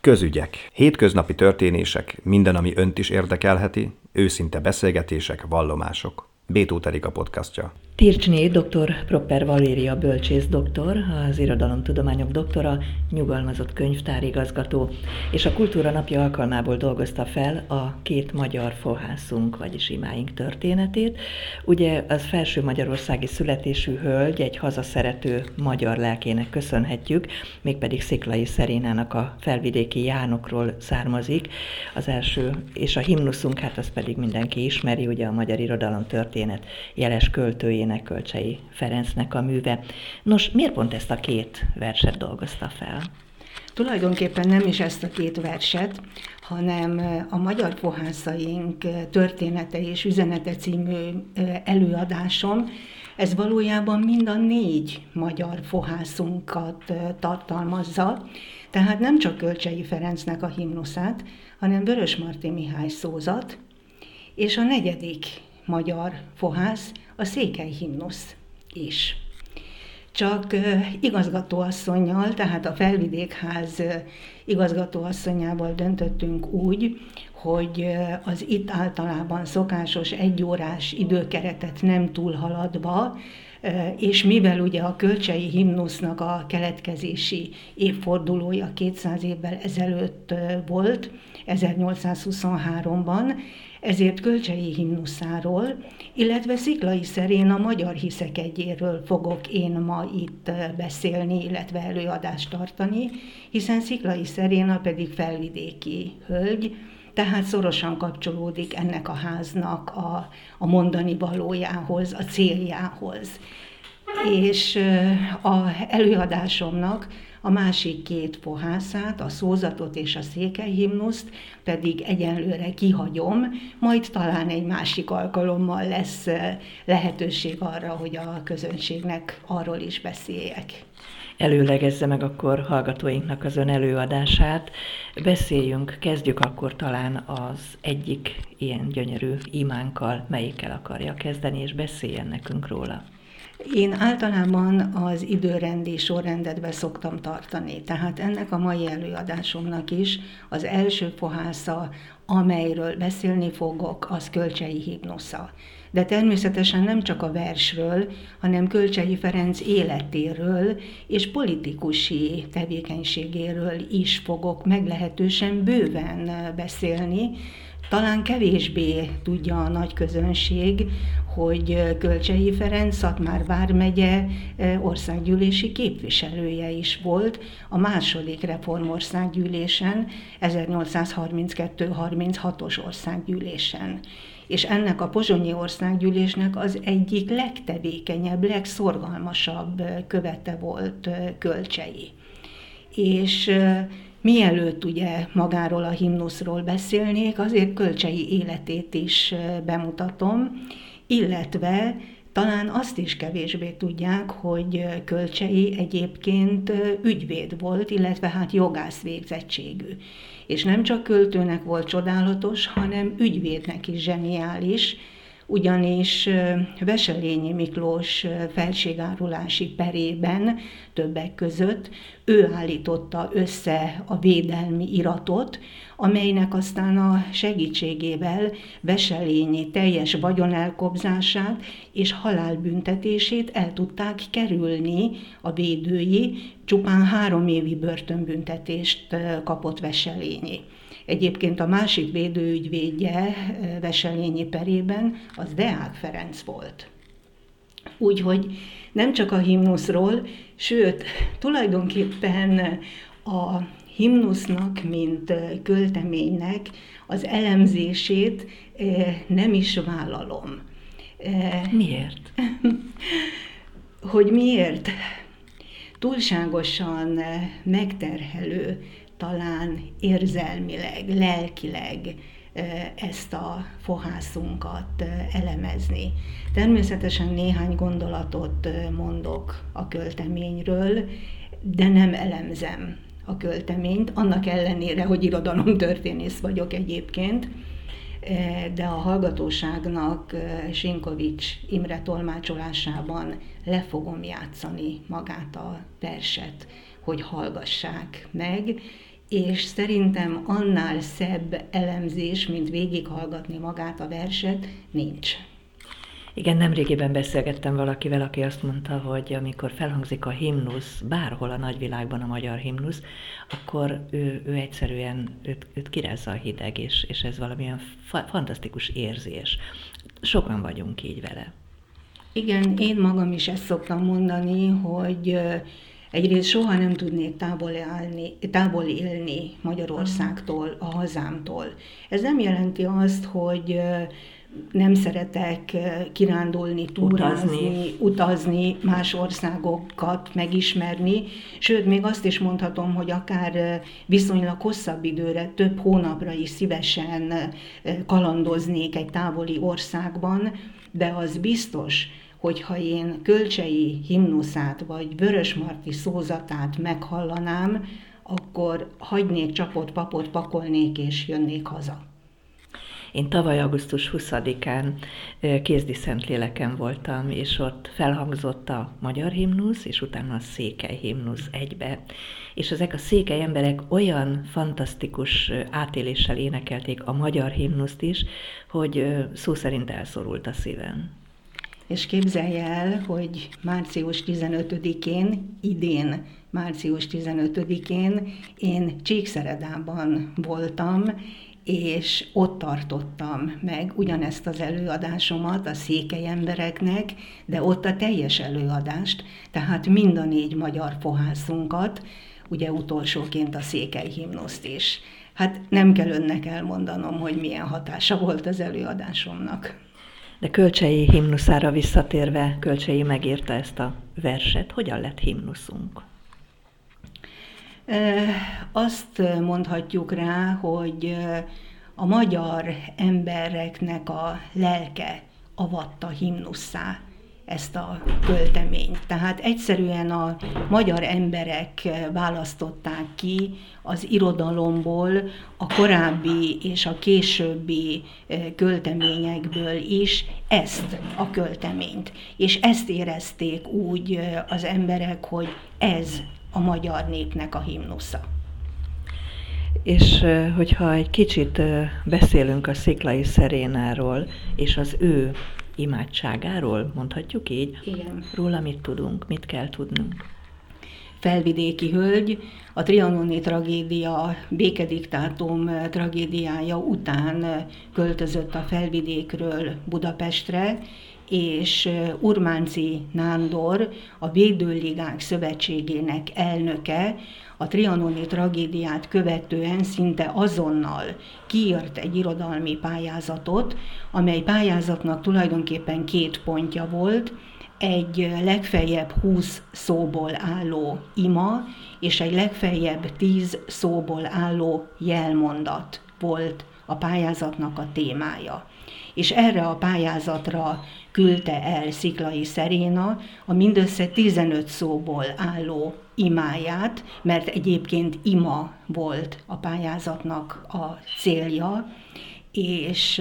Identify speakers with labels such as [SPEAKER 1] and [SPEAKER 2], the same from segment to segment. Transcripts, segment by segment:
[SPEAKER 1] Közügyek. Hétköznapi történések, minden, ami önt is érdekelheti, őszinte beszélgetések, vallomások. B. Tóth Erika podcastja.
[SPEAKER 2] Tircsné dr. Propper Valéria bölcsész doktor, az irodalomtudományok doktora, nyugalmazott könyvtárigazgató, és a Kultúra Napja alkalmából dolgozta fel a két magyar fohászunk, vagyis imáink történetét. Ugye az felső magyarországi születésű hölgy egy hazaszerető magyar lelkének köszönhetjük, mégpedig Sziklay Szerénának a felvidéki Jánokról származik. Az első, és a himnuszunk, hát azt pedig mindenki ismeri, ugye a magyar irodalom történet jeles költőjének, Kölcsey Ferencnek a műve. Nos, miért pont ezt a két verset dolgozta fel?
[SPEAKER 3] Tulajdonképpen nem is ezt a két verset, hanem a Magyar Fohászaink története és üzenete című előadásom. Ez valójában mind a 4 magyar fohászunkat tartalmazza, tehát nem csak Kölcsey Ferencnek a himnuszát, hanem Vörösmarty Mihály szózat, és a 4. magyar fohász, a székely himnusz is. Csak igazgatóasszonnyal, tehát a Felvidékház igazgatóasszonyával döntöttünk úgy, hogy az itt általában szokásos 1 órás időkeretet nem túlhaladva, és mivel ugye a kölcsei himnusznak a keletkezési évfordulója 200 évvel ezelőtt volt, 1823-ban, ezért Kölcsey himnuszáról, illetve Sziklay Szeréna magyar hiszekegyéről fogok én ma itt beszélni, illetve előadást tartani, hiszen Sziklay Szeréna pedig felvidéki hölgy, tehát szorosan kapcsolódik ennek a háznak a mondani valójához, a céljához. És az előadásomnak a másik 2 fohászát, a szózatot és a székely himnuszt pedig egyenlőre kihagyom, majd talán egy másik alkalommal lesz lehetőség arra, hogy a közönségnek arról is beszéljek.
[SPEAKER 2] Előlegezze meg akkor hallgatóinknak az ön előadását. Beszéljünk, kezdjük akkor talán az egyik ilyen gyönyörű imánkkal, melyikkel akarja kezdeni, és beszéljen nekünk róla.
[SPEAKER 3] Én általában az időrendi sorrendet be szoktam tartani, tehát ennek a mai előadásomnak is az első fohásza, amelyről beszélni fogok, az Kölcsey himnusza. De természetesen nem csak a versről, hanem Kölcsey Ferenc életéről és politikusi tevékenységéről is fogok meglehetősen bőven beszélni. Talán kevésbé tudja a nagy közönség, hogy Kölcsey Ferenc Szatmár vármegye országgyűlési képviselője is volt a második reformországgyűlésen, 1832-36-os országgyűlésen. És ennek a pozsonyi országgyűlésnek az egyik legtevékenyebb, legszorgalmasabb követe volt Kölcsey. És mielőtt ugye magáról a himnuszról beszélnék, azért Kölcsey életét is bemutatom, illetve talán azt is kevésbé tudják, hogy Kölcsey egyébként ügyvéd volt, illetve hát jogász végzettségű. És nem csak költőnek volt csodálatos, hanem ügyvédnek is zseniális, ugyanis Wesselényi Miklós felségárulási perében többek között ő állította össze a védelmi iratot, amelynek aztán a segítségével Wesselényi teljes vagyonelkobzását és halálbüntetését el tudták kerülni a védői, csupán 3 évi börtönbüntetést kapott Wesselényi. Egyébként a másik védőügyvédje Wesselényi perében az Deák Ferenc volt. Úgyhogy nem csak a himnuszról, sőt, tulajdonképpen a himnusznak, mint költeménynek az elemzését nem is vállalom.
[SPEAKER 2] Miért?
[SPEAKER 3] Hogy miért? Túlságosan megterhelő, talán érzelmileg, lelkileg ezt a fohászunkat elemezni. Természetesen néhány gondolatot mondok a költeményről, de nem elemzem a költeményt, annak ellenére, hogy irodalomtörténész vagyok egyébként, de a hallgatóságnak Sinkovics Imre tolmácsolásában le fogom játszani magát a verset, hogy hallgassák meg, és szerintem annál szebb elemzés, mint végighallgatni magát a verset, nincs.
[SPEAKER 2] Igen, nemrégiben beszélgettem valakivel, aki azt mondta, hogy amikor felhangzik a himnusz, bárhol a nagyvilágban a magyar himnusz, akkor ő egyszerűen őt kirázza a hideg, és ez valamilyen fantasztikus érzés. Sokan vagyunk így vele.
[SPEAKER 3] Igen, én magam is ezt szoktam mondani, hogy egyrészt soha nem tudnék távol élni Magyarországtól, a hazámtól. Ez nem jelenti azt, hogy nem szeretek kirándulni, túrázni, utazni, más országokat megismerni, sőt, még azt is mondhatom, hogy akár viszonylag hosszabb időre, több hónapra is szívesen kalandoznék egy távoli országban, de az biztos, hogyha én Kölcsey himnuszát vagy Vörösmarty szózatát meghallanám, akkor hagynék csapot, papot, pakolnék és jönnék haza.
[SPEAKER 2] Én tavaly augusztus 20-án Kézdi Szentléleken voltam, és ott felhangzott a magyar himnusz, és utána a székely himnusz egybe. És ezek a székely emberek olyan fantasztikus átéléssel énekelték a magyar himnuszt is, hogy szó szerint elszorult a szívem.
[SPEAKER 3] És képzelj el, hogy március 15-én, idén március 15-én én Csíkszeredában voltam, és ott tartottam meg ugyanezt az előadásomat a székely embereknek, de ott a teljes előadást, tehát mind a 4 magyar fohászunkat, ugye utolsóként a székely himnuszt is. Hát nem kell önnek elmondanom, hogy milyen hatása volt az előadásomnak.
[SPEAKER 2] De Kölcsey himnuszára visszatérve, Kölcsey megírta ezt a verset. Hogyan lett himnuszunk?
[SPEAKER 3] Azt mondhatjuk rá, hogy a magyar embereknek a lelke avatta himnusszá ezt a költeményt. Tehát egyszerűen a magyar emberek választották ki az irodalomból, a korábbi és a későbbi költeményekből is ezt a költeményt. És ezt érezték úgy az emberek, hogy ez a magyar népnek a himnusza.
[SPEAKER 2] És hogyha egy kicsit beszélünk a Sziklay Szerénáról, és az ő imádságáról, mondhatjuk így?
[SPEAKER 3] Igen.
[SPEAKER 2] Róla mit tudunk, mit kell tudnunk?
[SPEAKER 3] Felvidéki hölgy, a trianoni tragédia, békediktátum tragédiája után költözött a Felvidékről Budapestre, és Urmánczy Nándor, a Védőligák Szövetségének elnöke, a trianoni tragédiát követően szinte azonnal kiírt egy irodalmi pályázatot, amely pályázatnak tulajdonképpen 2 pontja volt, egy legfeljebb 20 szóból álló ima, és egy legfeljebb 10 szóból álló jelmondat volt a pályázatnak a témája. És erre a pályázatra küldte el Sziklay Szeréna a mindössze 15 szóból álló imáját, mert egyébként ima volt a pályázatnak a célja, és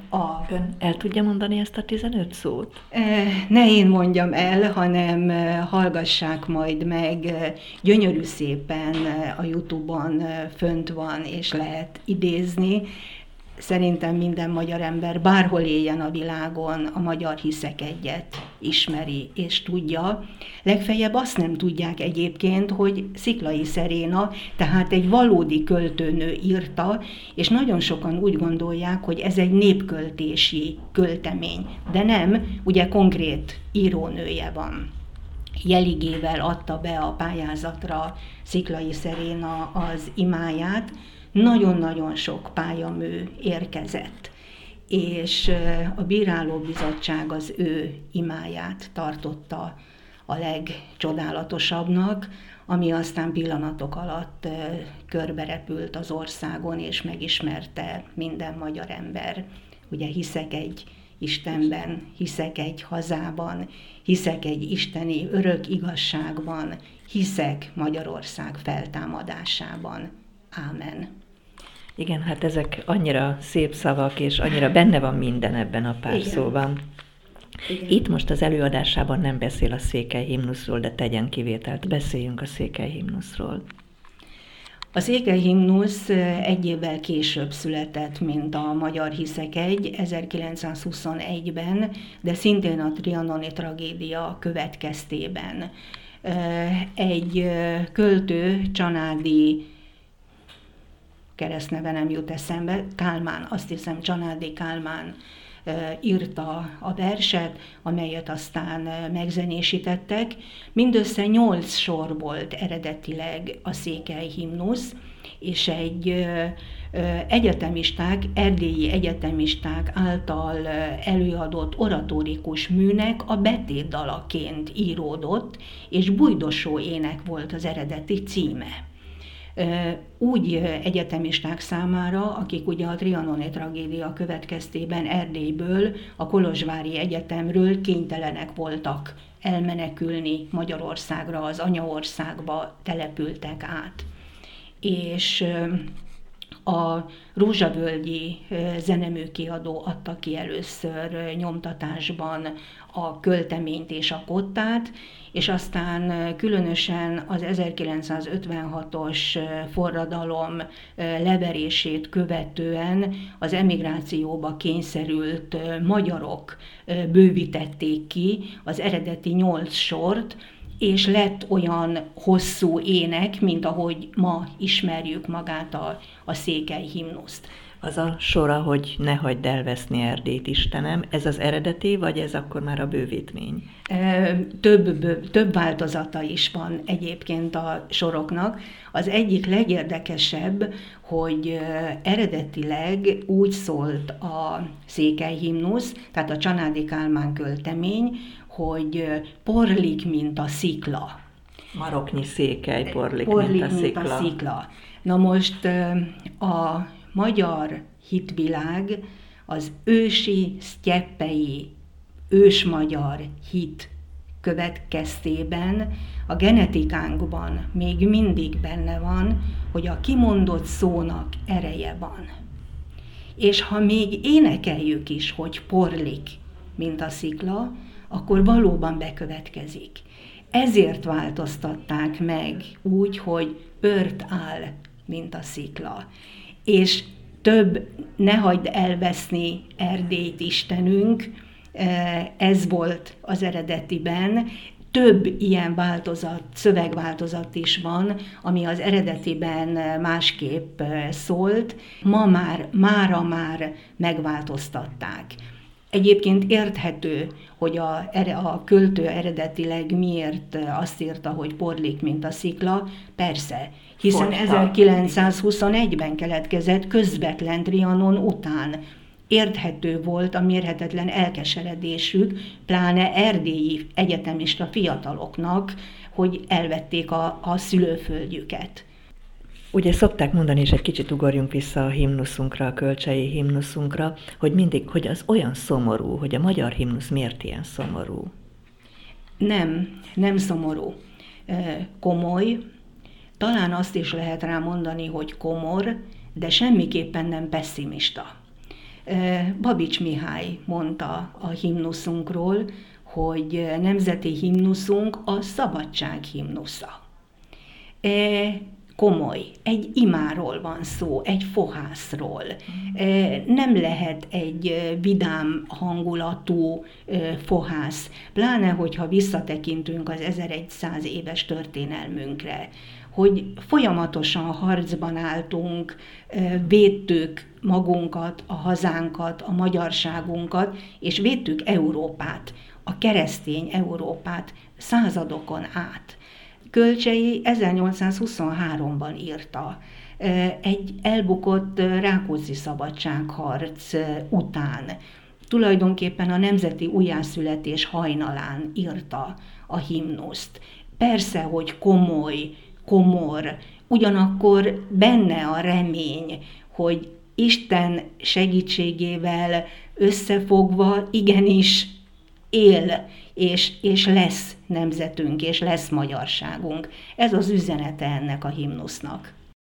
[SPEAKER 2] Ön el tudja mondani ezt a 15 szót?
[SPEAKER 3] Ne én mondjam el, hanem hallgassák majd meg, gyönyörű szépen a YouTube-on fönt van, és lehet idézni. Szerintem minden magyar ember, bárhol éljen a világon, a magyar hiszek egyet ismeri és tudja. Legfeljebb azt nem tudják egyébként, hogy Sziklay Szeréna, tehát egy valódi költőnő írta, és nagyon sokan úgy gondolják, hogy ez egy népköltési költemény. De nem, ugye konkrét írónője van. Jeligével adta be a pályázatra Sziklay Szeréna az imáját, nagyon-nagyon sok pályamű érkezett, és a bírálóbizottság az ő imáját tartotta a legcsodálatosabbnak, ami aztán pillanatok alatt körberepült az országon, és megismerte minden magyar ember. Ugye hiszek egy Istenben, hiszek egy hazában, hiszek egy isteni örök igazságban, hiszek Magyarország feltámadásában. Ámen.
[SPEAKER 2] Igen, hát ezek annyira szép szavak, és annyira benne van minden ebben a pár
[SPEAKER 3] Igen.
[SPEAKER 2] szóban.
[SPEAKER 3] Igen.
[SPEAKER 2] Itt most az előadásában nem beszél a székely himnuszról, de tegyen kivételt. Beszéljünk a székely himnuszról.
[SPEAKER 3] A székely himnusz egy évvel később született, mint a Magyar Hiszek 1, 1921-ben, de szintén a trianoni tragédia következtében. Egy költő, Csanádi, keresztneve nem jut eszembe, Kálmán, azt hiszem Csanádi Kálmán írta a verset, amelyet aztán megzenésítettek. Mindössze 8 sor volt eredetileg a székely himnusz, és egy erdélyi egyetemisták által előadott oratórikus műnek a betétdalaként íródott, és Bújdosó ének volt az eredeti címe. Úgy egyetemisták számára, akik ugye a trianoni tragédia következtében Erdélyből, a kolozsvári egyetemről kénytelenek voltak elmenekülni Magyarországra, az anyaországba települtek át. És a Rózsavölgyi Zeneműkiadó adta ki először nyomtatásban a költeményt és a kottát, és aztán különösen az 1956-os forradalom leverését követően az emigrációba kényszerült magyarok bővítették ki az eredeti 8 sort, és lett olyan hosszú ének, mint ahogy ma ismerjük magát a székely himnuszt.
[SPEAKER 2] Az a sora, hogy ne hagyd elveszni Erdélyt, Istenem, ez az eredeti, vagy ez akkor már a bővítmény?
[SPEAKER 3] Több változata is van egyébként a soroknak. Az egyik legérdekesebb, hogy eredetileg úgy szólt a székely himnusz, tehát a Csanádi Kálmán költemény, hogy porlik, mint a szikla.
[SPEAKER 2] Maroknyi székely, porlik,
[SPEAKER 3] mint a szikla. Na most a magyar hitvilág az ősi, sztyeppei, ősmagyar hit következtében a genetikánkban még mindig benne van, hogy a kimondott szónak ereje van. És ha még énekeljük is, hogy porlik, mint a szikla, akkor valóban bekövetkezik. Ezért változtatták meg úgy, hogy ört áll, mint a szikla. És több ne hagyd elveszni Erdélyt, Istenünk, ez volt az eredetiben. Több ilyen változat, szövegváltozat is van, ami az eredetiben másképp szólt, mára már megváltoztatták. Egyébként érthető, hogy a költő eredetileg miért azt írta, hogy porlik, mint a szikla. Persze, hiszen 1921-ben keletkezett közvetlen Trianon után. Érthető volt a mérhetetlen elkeseredésük, pláne erdélyi egyetemista fiataloknak, hogy elvették a szülőföldjüket.
[SPEAKER 2] Ugye szokták mondani, és egy kicsit ugorjunk vissza a himnuszunkra, a kölcsei himnuszunkra, hogy az olyan szomorú, hogy a magyar himnusz miért ilyen szomorú?
[SPEAKER 3] Nem szomorú. Komoly. Talán azt is lehet rá mondani, hogy komor, de semmiképpen nem pesszimista. Babics Mihály mondta a himnuszunkról, hogy nemzeti himnuszunk a szabadság himnusza. Komoly, egy imáról van szó, egy fohászról. Nem lehet egy vidám hangulatú fohász, pláne hogyha visszatekintünk az 1100 éves történelmünkre, hogy folyamatosan harcban álltunk, védtük magunkat, a hazánkat, a magyarságunkat, és védtük Európát, a keresztény Európát századokon át. Kölcsei 1823-ban írta, egy elbukott Rákóczi szabadságharc után. Tulajdonképpen a nemzeti újjászületés hajnalán írta a himnuszt. Persze, hogy komoly, komor, ugyanakkor benne a remény, hogy Isten segítségével összefogva igenis él, és lesz nemzetünk, és lesz magyarságunk. Ez az üzenete ennek a himnusznak.